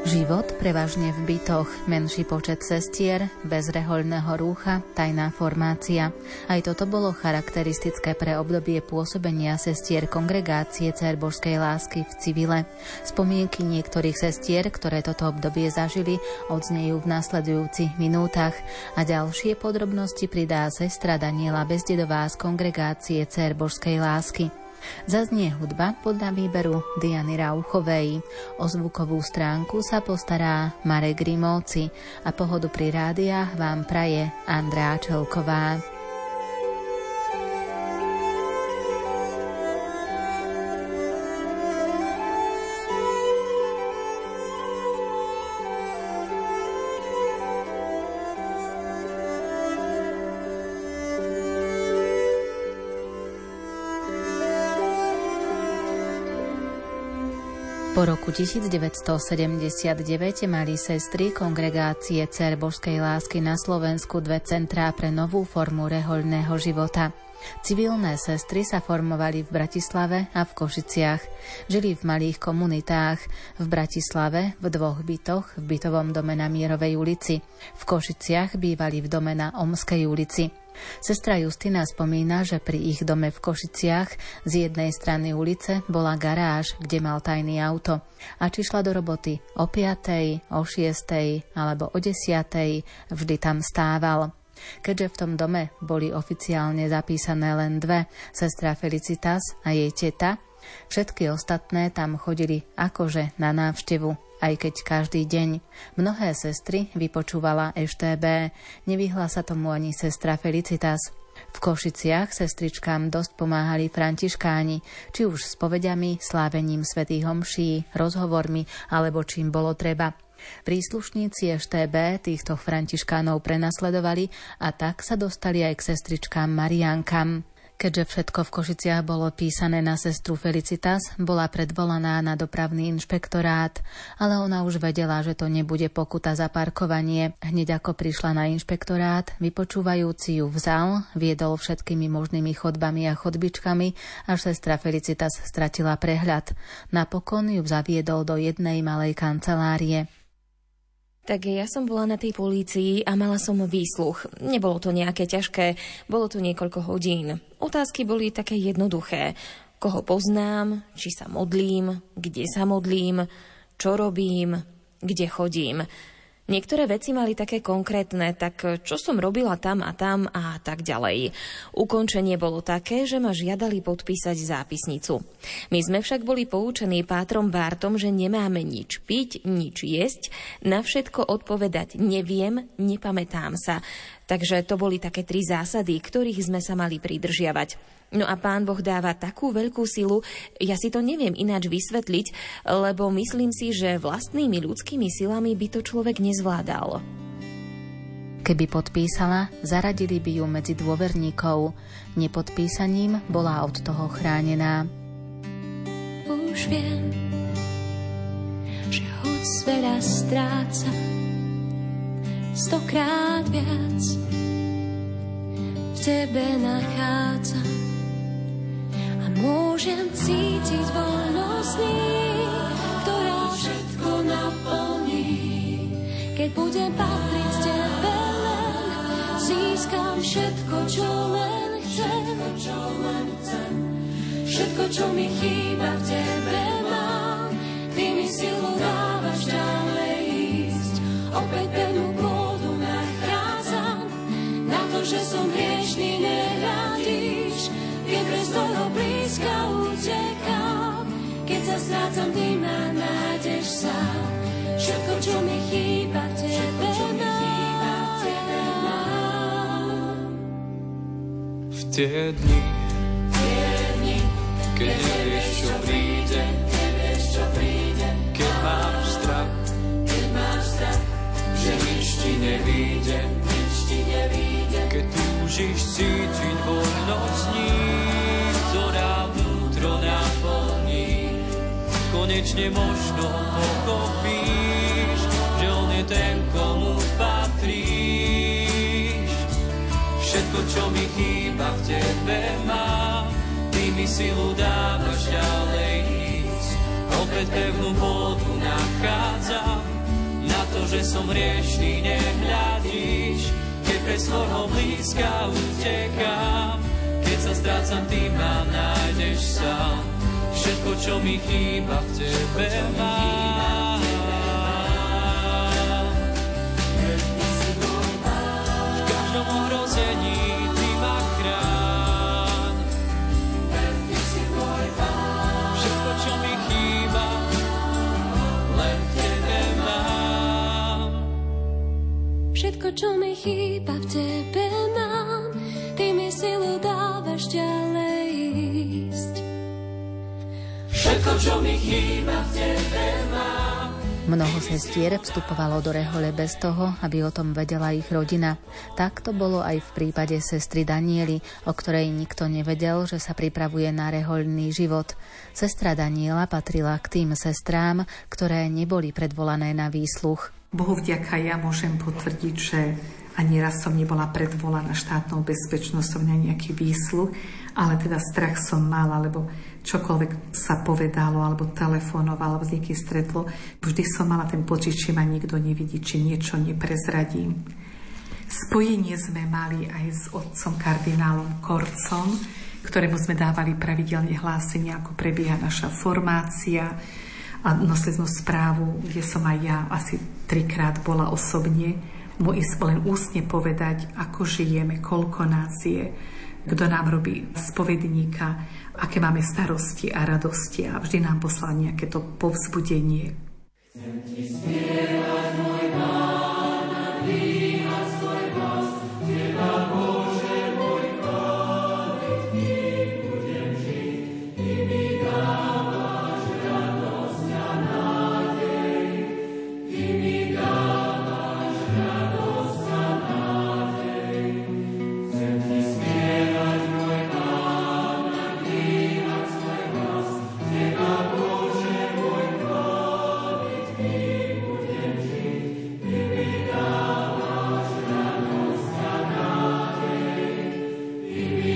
Život prevažne v bytoch, menší počet sestier, bez rehoľného rúcha, tajná formácia. Aj toto bolo charakteristické pre obdobie pôsobenia sestier kongregácie Dcér Božskej lásky v civile. Spomienky niektorých sestier, ktoré toto obdobie zažili, odznejú v nasledujúcich minútach a ďalšie podrobnosti pridá sestra Daniela Bezdedová z kongregácie Dcér Božskej lásky. Zaznie hudba podľa výberu Diany Rauchovej. O zvukovú stránku sa postará Marek Grimovci a pohodu pri rádiách vám praje Andrea Čelková. Po roku 1979 mali sestry kongregácie Dcér Božskej lásky na Slovensku dve centrá pre novú formu rehoľného života. Civilné sestry sa formovali v Bratislave a v Košiciach. Žili v malých komunitách. V Bratislave v dvoch bytoch, v bytovom dome na Mierovej ulici. V Košiciach bývali v dome na Omskej ulici. Sestra Justina spomína, že pri ich dome v Košiciach z jednej strany ulice bola garáž, kde mal tajný auto. A či šla do roboty o 5, o 6 alebo o 10, vždy tam stával. Keďže v tom dome boli oficiálne zapísané len dve, sestra Felicitas a jej teta, všetky ostatné tam chodili akože na návštevu, aj keď každý deň. Mnohé sestry vypočúvala EŠTB, nevyhla sa tomu ani sestra Felicitas. V Košiciach sestričkám dosť pomáhali františkáni, či už spovediami, slávením svätých homší, rozhovormi, alebo čím bolo treba. Príslušníci EŠTB týchto františkánov prenasledovali a tak sa dostali aj k sestričkám Mariánkam. Keďže všetko v Košiciach bolo písané na sestru Felicitas, bola predvolaná na dopravný inšpektorát, ale ona už vedela, že to nebude pokuta za parkovanie. Hneď ako prišla na inšpektorát, vypočúvajúci ju vzal, viedol všetkými možnými chodbami a chodbičkami, až sestra Felicitas stratila prehľad. Napokon ju zaviedol do jednej malej kancelárie. Tak ja som bola na tej polícii a mala som výsluch. Nebolo to nejaké ťažké, bolo to niekoľko hodín. Otázky boli také jednoduché. Koho poznám, či sa modlím, kde sa modlím, čo robím, kde chodím. Niektoré veci mali také konkrétne, tak čo som robila tam a tak ďalej. Ukončenie bolo také, že ma žiadali podpísať zápisnicu. My sme však boli poučení pátrom Bartom, že nemáme nič piť, nič jesť, na všetko odpovedať neviem, nepamätám sa. Takže to boli také 3 zásady, ktorých sme sa mali pridržiavať. No a Pán Boh dáva takú veľkú silu, ja si to neviem ináč vysvetliť, lebo myslím si, že vlastnými ľudskými silami by to človek nezvládal. Keby podpísala, zaradili by ju medzi dôverníkov. Nepodpísaním bola od toho chránená. Už viem, že hoď veľa stráca, 100-krát viac v tebe nachádzam. Môžem cítiť voľnosť ktorá všetko naplní. Keď budem patriť tebe len, získam všetko, čo len chcem. Všetko, čo mi chýba, v tebe mám. Ty mi silu dávaš ďalej ísť. Opäť pevnú pôdu nachádzam. Na to, že som hriešný, nehľadíš. Keď bez toho blízka utekám, keď sa strácam, ty ma nájdeš sám. Všetko, čo mi chýba, tebe mám. V tie dni, keď nevieš, čo príde, keď máš strach, že nič ti nevíde, keď túžiš cítiť voľnosť ktorá vnútro naplní. Konečne možno pochopíš, že on je ten, komu patríš. Všetko, čo mi chýba, v tebe mám. Ty mi silu dávaš ďalej ísť. Opäť pevnú pôdu nachádzam. to, že som hriešný, nehľadíš. Keď pre svojho blízka utekám, keď sa strácam, ty ma nájdeš sám. Všetko, čo mi chýba, v tebe mám. V každom ohrození ty ma chráň. Všetko, čo mi chýba, len v tebe mám. Všetko, čo mi chýba, v tebe mám. Ty mi silu dávaš ďalej ísť. Všetko, čo mi chýba, v tebe mám. Mnoho sestier vstupovalo do rehole bez toho, aby o tom vedela ich rodina. Tak to bolo aj v prípade sestry Daniely, o ktorej nikto nevedel, že sa pripravuje na rehoľný život. Sestra Daniela patrila k tým sestrám, ktoré neboli predvolané na výsluch. Bohu vďaka, ja môžem potvrdiť, že ani raz som nebola predvolaná štátnou bezpečnosťou na nejaký výsluh, ale teda strach som mala, lebo čokoľvek sa povedalo, alebo telefonovalo, alebo s niekým stretlo, vždy som mala ten pocit, či ma nikto nevidí, či niečo neprezradím. Spojenie sme mali aj s otcom kardinálom Korcom, ktorému sme dávali pravidelne hlásenia, ako prebieha naša formácia, a nosili sme správu, kde som aj ja asi 3-krát bola osobne. Môj len ústne povedať, ako žijeme, koľko nás je, kto nám robí spovedníka, aké máme starosti a radosti, a vždy nám poslal nejaké to povzbudenie. Chcem ti spievať, môj Pán, a dvíhať svoj hlas, teba Bože môj chváliť, ty budem žiť, ty mi dávaš radosť a nádej, ty mi dávaš radosť a nádej. Chcem ti spievať, môj Pán, a dvíhať svoj hlas, teba Bože môj chváliť, ty budem žiť, ty mi dávaš radosť a nádej, ty mi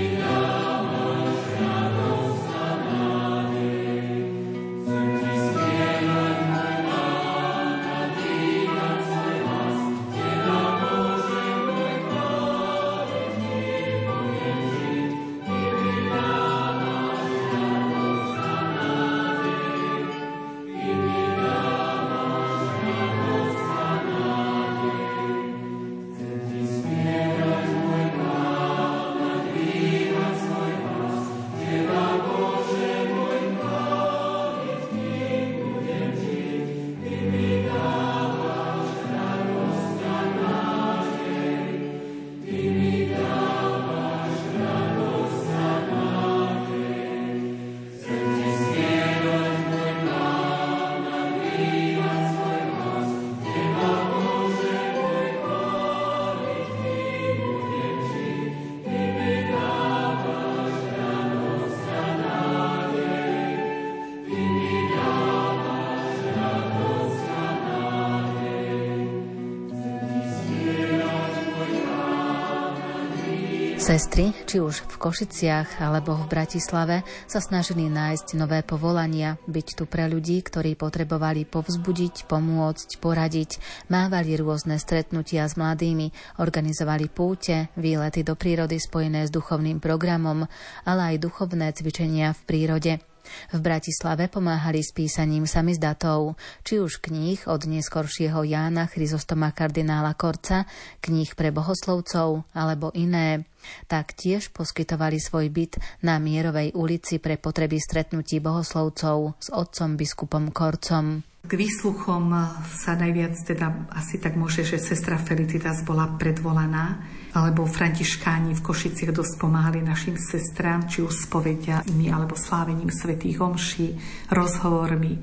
dávaš radosť a nádej. Chcem ti spievať, môj Pán, a dvíhať svoj hlas, teba Bože môj chváliť, ty budem žiť, ty mi dávaš radosť a nádej, ty mi dávaš radosť a nádej. Chcem ti spievať, môj Pán, a dvíhať svoj hlas, teba Bože môj chváliť, ty budem žiť, ty mi dávaš radosť a nádej, ty mi dávaš radosť a nádej. Chcem ti spievať, môj Pán, a dvíhať svoj hlas, teba Bože môj chváliť, ty budem žiť, ty mi dávaš radosť a nádej, ty mi dávaš radosť a nádej. Chcem ti spievať, môj Pán, a dvíhať. Sestry, či už v Košiciach alebo v Bratislave, sa snažili nájsť nové povolania, byť tu pre ľudí, ktorí potrebovali povzbudiť, pomôcť, poradiť, mávali rôzne stretnutia s mladými, organizovali púte, výlety do prírody spojené s duchovným programom, ale aj duchovné cvičenia v prírode. V Bratislave pomáhali s písaním samizdatov, či už kníh od neskoršieho Jána Chryzostoma kardinála Korca, kníh pre bohoslovcov alebo iné. Taktiež poskytovali svoj byt na Mierovej ulici pre potreby stretnutí bohoslovcov s otcom biskupom Korcom. K výsluchom sa najviac teda asi tak môže, že sestra Felicitas bola predvolaná, alebo františkáni v Košiciach dosť pomáhali našim sestrám, či už spovediami alebo slávením svätých omší, rozhovormi.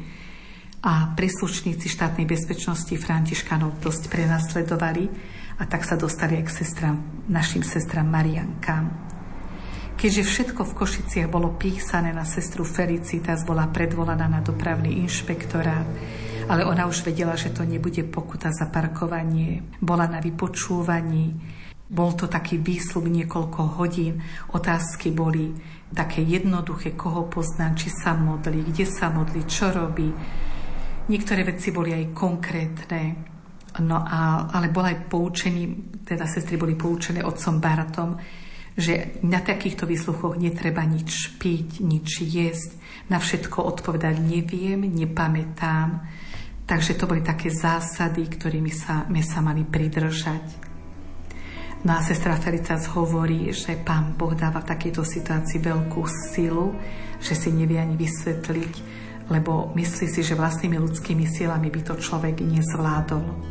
A príslušníci štátnej bezpečnosti františkánov dosť prenasledovali, a tak sa dostali aj k našim sestram Mariankám. Keďže všetko v Košiciach bolo písané na sestru Felicitas, bola predvolaná na dopravný inšpektorát, ale ona už vedela, že to nebude pokuta za parkovanie. Bola na vypočúvaní, bol to taký výsluh niekoľko hodín, otázky boli také jednoduché, koho poznám, či sa modlí, kde sa modlí, čo robí. Niektoré veci boli aj konkrétne, No ale bol aj poučený, teda sestry boli poučené otcom Baratom, že na takýchto výsluchoch netreba nič piť, nič jesť, na všetko odpovedať neviem, nepamätám. Takže to boli také zásady, ktorými sme sa mali pridržať. No a sestra Felicitas hovorí, že Pán Boh dáva v takejto situácii veľkú silu, že si nevie ani vysvetliť, lebo myslí si, že vlastnými ľudskými silami by to človek nezvládol.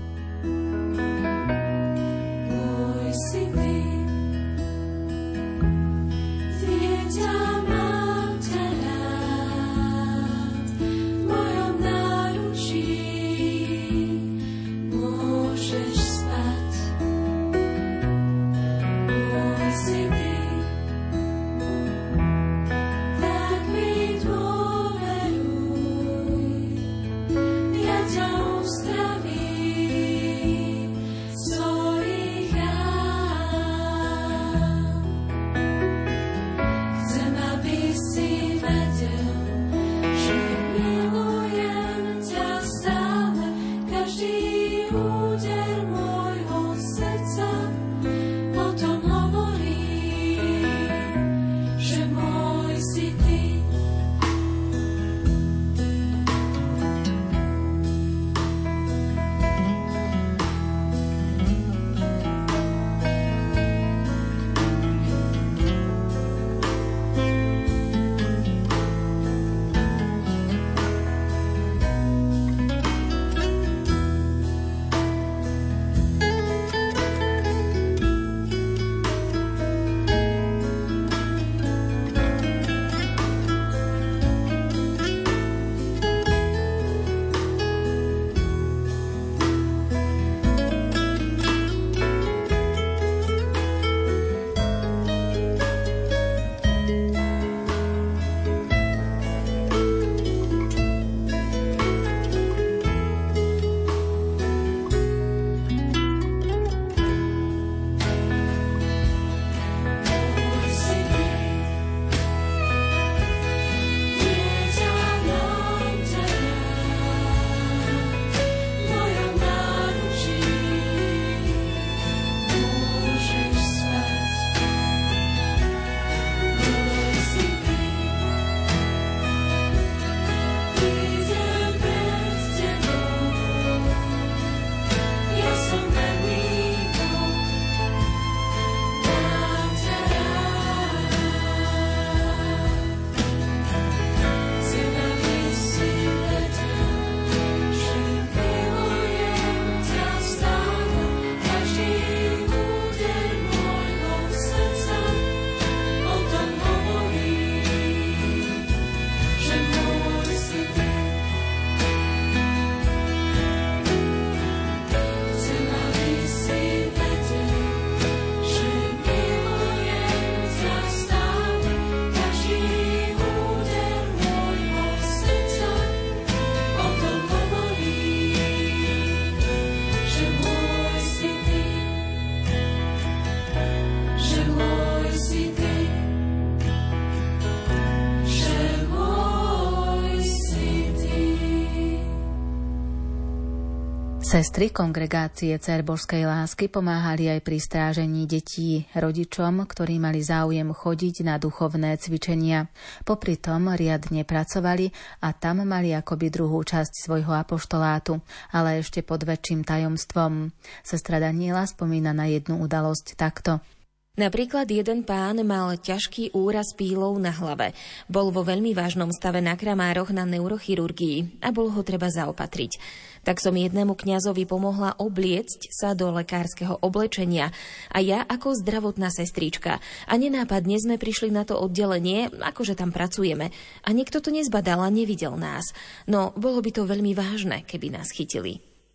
Sestry kongregácie Dcér Božskej lásky pomáhali aj pri strážení detí rodičom, ktorí mali záujem chodiť na duchovné cvičenia. Popri tom riadne pracovali a tam mali akoby druhú časť svojho apoštolátu, ale ešte pod väčším tajomstvom. Sestra Daniela spomína na jednu udalosť takto. Napríklad jeden pán mal ťažký úraz pílou na hlave. Bol vo veľmi vážnom stave na Kramároch na neurochirurgii a bol ho treba zaopatriť. Tak som jednému kňazovi pomohla obliecť sa do lekárskeho oblečenia a ja ako zdravotná sestrička. A nenápadne sme prišli na to oddelenie, akože tam pracujeme. A niekto to nezbadal a nevidel nás. No, bolo by to veľmi vážne, keby nás chytili.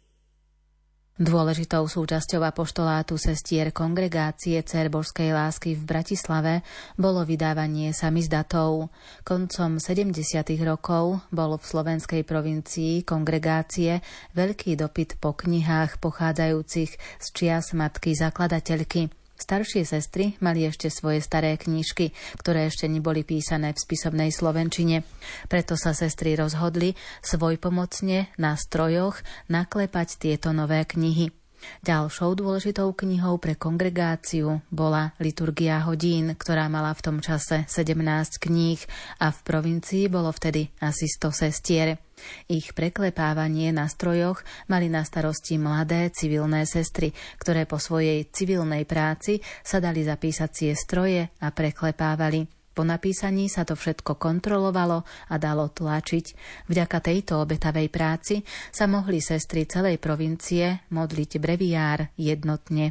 Dôležitou súčasťou apoštolátu sestier kongregácie Dcér Božskej lásky v Bratislave bolo vydávanie samizdatov. Koncom 70. rokov bol v slovenskej provincii kongregácie veľký dopyt po knihách pochádzajúcich z čias matky zakladateľky. Staršie sestry mali ešte svoje staré knižky, ktoré ešte neboli písané v spisovnej slovenčine. Preto sa sestry rozhodli svojpomocne na strojoch naklepať tieto nové knihy. Ďalšou dôležitou knihou pre kongregáciu bola Liturgia hodín, ktorá mala v tom čase 17 kníh a v provincii bolo vtedy asi 100 sestier. Ich preklepávanie na strojoch mali na starosti mladé civilné sestry, ktoré po svojej civilnej práci sa dali za písacie stroje a preklepávali. Po napísaní sa to všetko kontrolovalo a dalo tlačiť. Vďaka tejto obetavej práci sa mohli sestry celej provincie modliť breviár jednotne.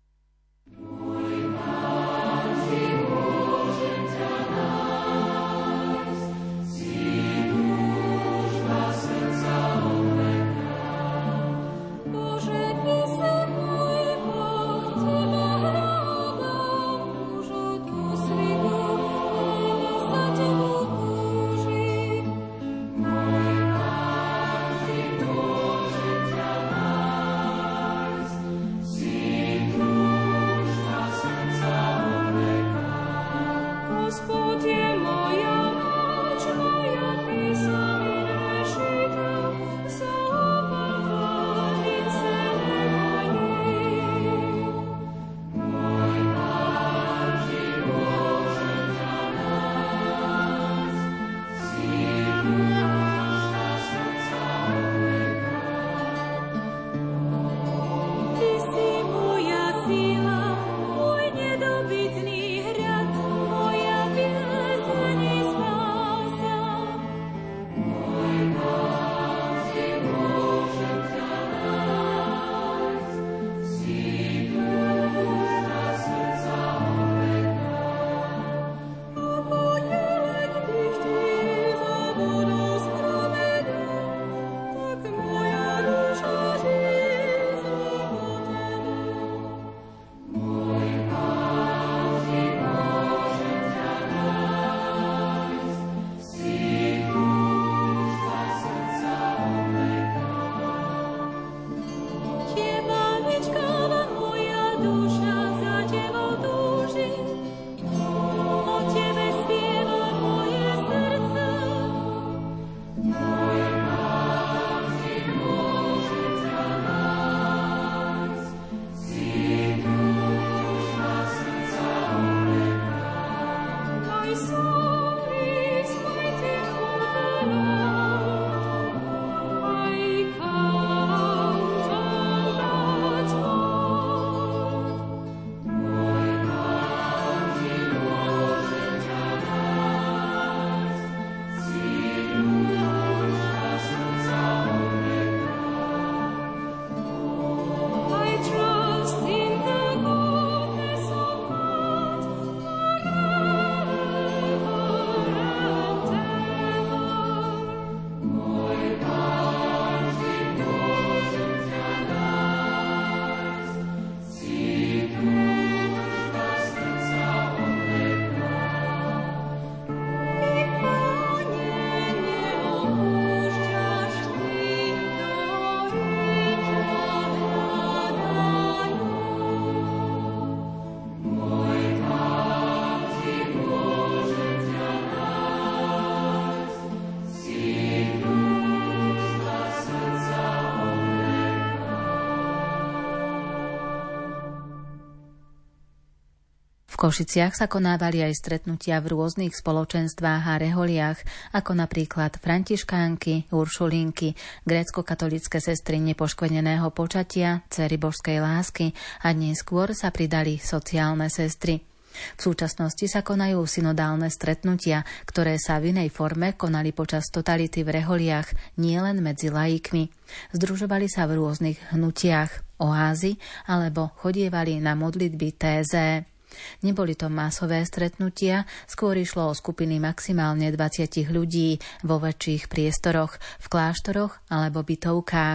V Košiciach sa konávali aj stretnutia v rôznych spoločenstvách a reholiach, ako napríklad františkánky, uršulinky, grécko-katolícke sestry nepoškvrneného počatia, dcery Božskej lásky a neskôr sa pridali sociálne sestry. V súčasnosti sa konajú synodálne stretnutia, ktoré sa v inej forme konali počas totality v reholiach, nielen medzi laikmi. Združovali sa v rôznych hnutiach, oázy alebo chodievali na modlitby TZ. Neboli to masové stretnutia, skôr išlo o skupiny maximálne 20 ľudí vo väčších priestoroch, v kláštoroch alebo bytovkách.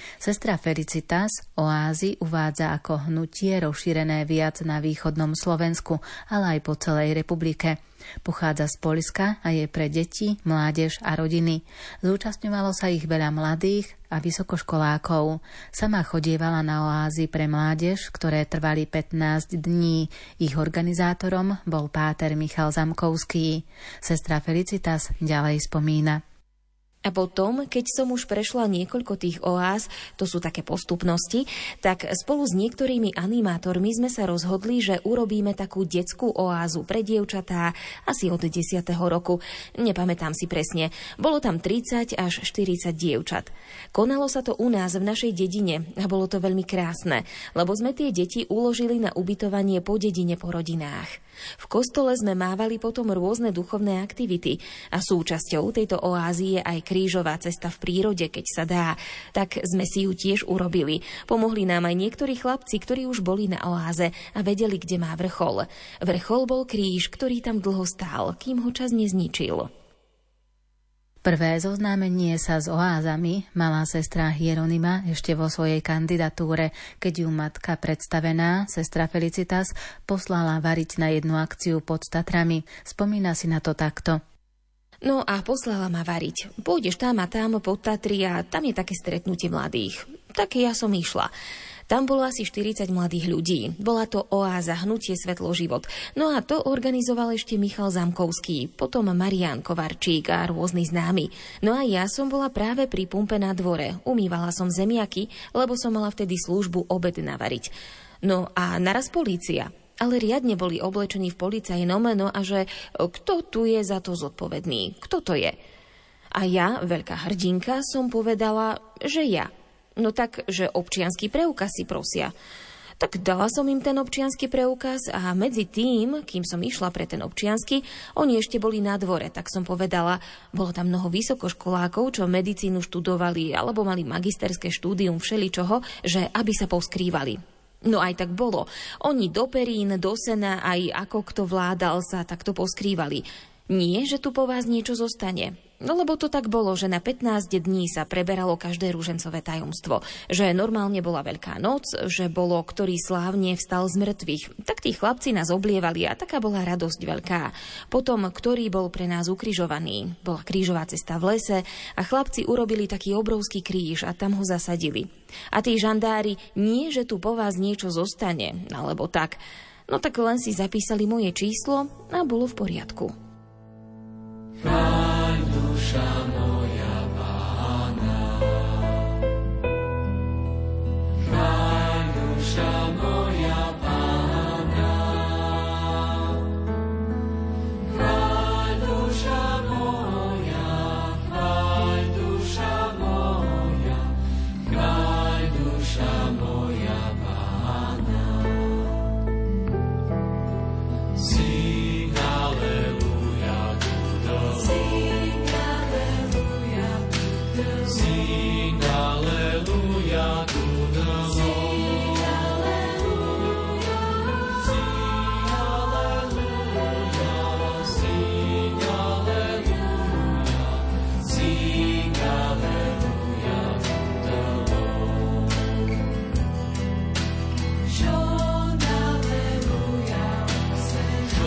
Sestra Felicitas oázy uvádza ako hnutie rozšírené viac na východnom Slovensku, ale aj po celej republike. Pochádza z Poľska a je pre deti, mládež a rodiny. Zúčastňovalo sa ich veľa mladých a vysokoškolákov. Sama chodievala na oázy pre mládež, ktoré trvali 15 dní. Ich organizátorom bol páter Michal Zamkovský. Sestra Felicitas ďalej spomína. A potom, keď som už prešla niekoľko tých oáz, to sú také postupnosti, tak spolu s niektorými animátormi sme sa rozhodli, že urobíme takú detskú oázu pre dievčatá asi od 10. roku. Nepamätám si presne. Bolo tam 30 až 40 dievčat. Konalo sa to u nás v našej dedine a bolo to veľmi krásne, lebo sme tie deti uložili na ubytovanie po dedine po rodinách. V kostole sme mávali potom rôzne duchovné aktivity a súčasťou tejto oázy je aj krížová cesta v prírode, keď sa dá. Tak sme si ju tiež urobili. Pomohli nám aj niektorí chlapci, ktorí už boli na oáze a vedeli, kde má vrchol. Vrchol bol kríž, ktorý tam dlho stál, kým ho čas nezničil. Prvé zoznámenie sa s oázami mala sestra Hieronima ešte vo svojej kandidatúre, keď ju matka predstavená, sestra Felicitas, poslala variť na jednu akciu pod Tatrami. Spomína si na to takto. No a poslala ma variť. Pôjdeš tam a tam pod Tatry a tam je také stretnutie mladých. Tak ja som išla. Tam bolo asi 40 mladých ľudí. Bola to oáza Hnutie Svetlo Život. No a to organizoval ešte Michal Zamkovský, potom Marián Kovarčík a rôzni známi. No a ja som bola práve pri pumpe na dvore. Umývala som zemiaky, lebo som mala vtedy službu obed navariť. No a naraz polícia. Ale riadne boli oblečení v policajnom, no a že kto tu je za to zodpovedný? Kto to je? A ja, veľká hrdinka, som povedala, že ja. No tak, že občiansky preukaz si prosia. Tak dala som im ten občiansky preukaz a medzi tým, kým som išla pre ten občiansky, oni ešte boli na dvore, tak som povedala, bolo tam mnoho vysokoškolákov, čo medicínu študovali alebo mali magisterské štúdium všeličoho, že aby sa poskrývali. No aj tak bolo. Oni do perín, do sena, aj ako kto vládal sa, tak to poskrývali. Nie, že tu po vás niečo zostane. No lebo to tak bolo, že na 15 dní sa preberalo každé ružencové tajomstvo. Že normálne bola Veľká noc, že bolo, ktorý slávne vstal z mŕtvych. Tak tí chlapci nás oblievali a taká bola radosť veľká. Potom, ktorý bol pre nás ukrižovaný. Bola krížová cesta v lese a chlapci urobili taký obrovský kríž a tam ho zasadili. A tí žandári, nie, že tu po vás niečo zostane, alebo tak. No tak len si zapísali moje číslo a bolo v poriadku. Chráň duša moja Pána, chráň duša moja Pána, chráň duša moja, chráň duša moja, chráň duša moja Pána. Sing hallelujah. Sing hallelujah to the Lord. Sing hallelujah. Sing hallelujah. Sing hallelujah. Sing hallelujah to the Lord. Shout hallelujah. Sing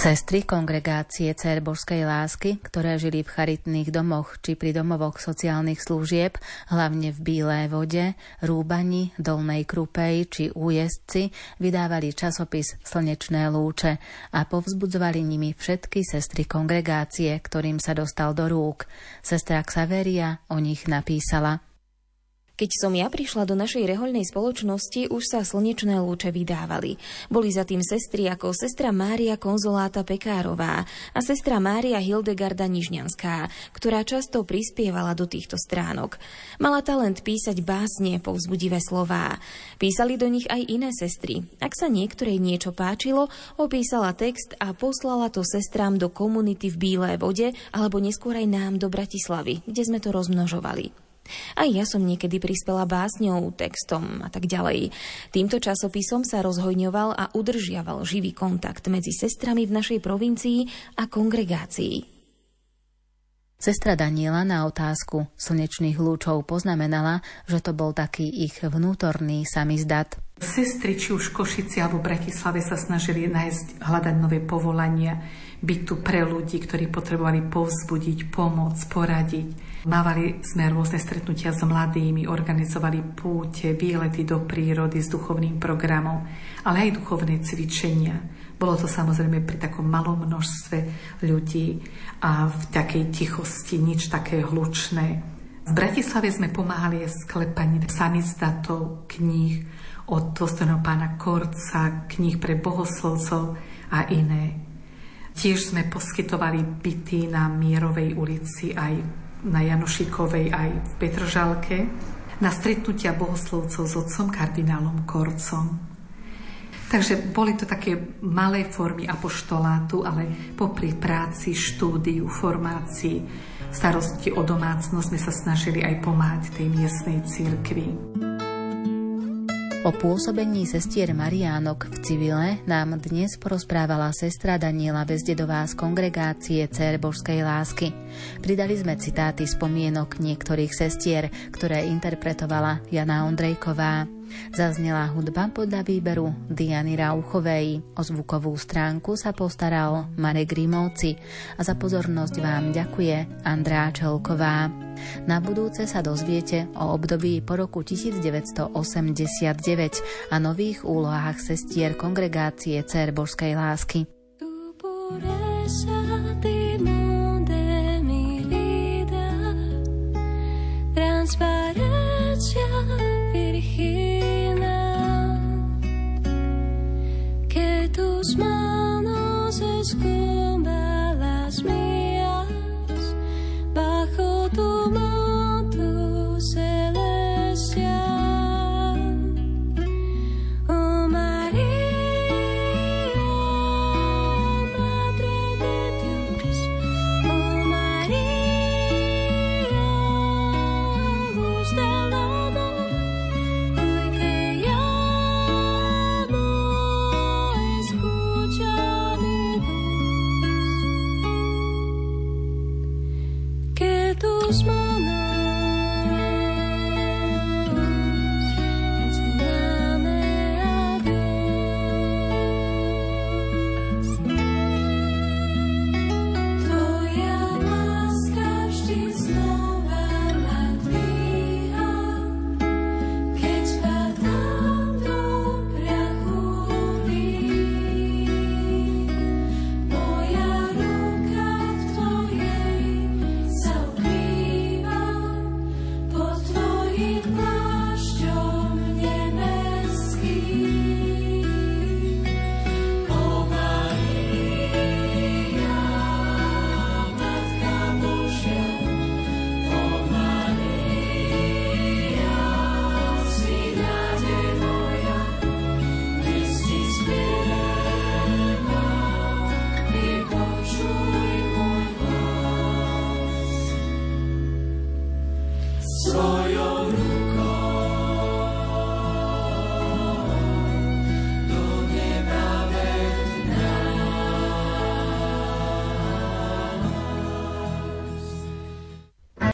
Sestry kongregácie Dcér Božskej lásky, ktoré žili v charitných domoch či pri domovoch sociálnych služieb, hlavne v Bílej Vode, Rúbani, Dolnej Krupej či Újezdci, vydávali časopis Slnečné lúče a povzbudzovali nimi všetky sestry kongregácie, ktorým sa dostal do rúk. Sestra Xaveria o nich napísala: Keď som ja prišla do našej rehoľnej spoločnosti, už sa slnečné lúče vydávali. Boli za tým sestry ako sestra Mária Konzoláta Pekárová a sestra Mária Hildegarda Nižňanská, ktorá často prispievala do týchto stránok. Mala talent písať básne, povzbudivé slová. Písali do nich aj iné sestry. Ak sa niektorej niečo páčilo, opísala text a poslala to sestrám do komunity v Bílej Vode alebo neskôr aj nám do Bratislavy, kde sme to rozmnožovali. Aj ja som niekedy prispela básňou, textom a tak ďalej. Týmto časopisom sa rozhojňoval a udržiaval živý kontakt medzi sestrami v našej provincii a kongregácii. Sestra Daniela na otázku slnečných lúčov poznamenala, že to bol taký ich vnútorný samizdat. Sestry, či už v Košici alebo v Bratislave, sa snažili hľadať nové povolania, byť tu pre ľudí, ktorí potrebovali povzbudiť, pomôcť, poradiť. Mávali sme rôzne stretnutia s mladými, organizovali púte, výlety do prírody s duchovným programom, ale aj duchovné cvičenia. Bolo to samozrejme pri takom malom množstve ľudí a v takej tichosti, nič také hlučné. V Bratislave sme pomáhali aj sklepaní samizdatov, kníh od dôstojného pána Korca, kníh pre bohoslovcov a iné. Tiež sme poskytovali byty na Mierovej ulici, aj na Janošikovej, aj v Petržalke, na stretnutia bohoslovcov s otcom kardinálom Korcom. Takže boli to také malé formy apoštolátu, ale popri práci, štúdiu, formácii, starosti o domácnosť sme sa snažili aj pomáhať tej miestnej cirkvi. O pôsobení sestier Mariánok v civile nám dnes porozprávala sestra Daniela Bezdedová z kongregácie Dcér Božskej lásky. Pridali sme citáty spomienok niektorých sestier, ktoré interpretovala Jana Ondrejková. Zaznela hudba podľa výberu Diany Rauchovej. O zvukovú stránku sa postaral Marek Grimovci a za pozornosť vám ďakuje Andrá Čelková. Na budúce sa dozviete o období po roku 1989 a nových úlohách sestier kongregácie Dcér Božskej lásky. Tus manos esconda las mías bajo tu manto celestial. Oh María, Madre de Dios, oh María, luz del mundo, hoy te llamo. Tus manos, enséñame a Dios. Tvoja láska vždy znova ma dvíha, keď padám do prachu vín. Moja ruka v tvojej sa ukrýva pod tvojim plášťom nebeským. O Maria, Matka Božia, o Maria, si nádej moja, dnes ti spievam, vypočuj môj hlas. Svoj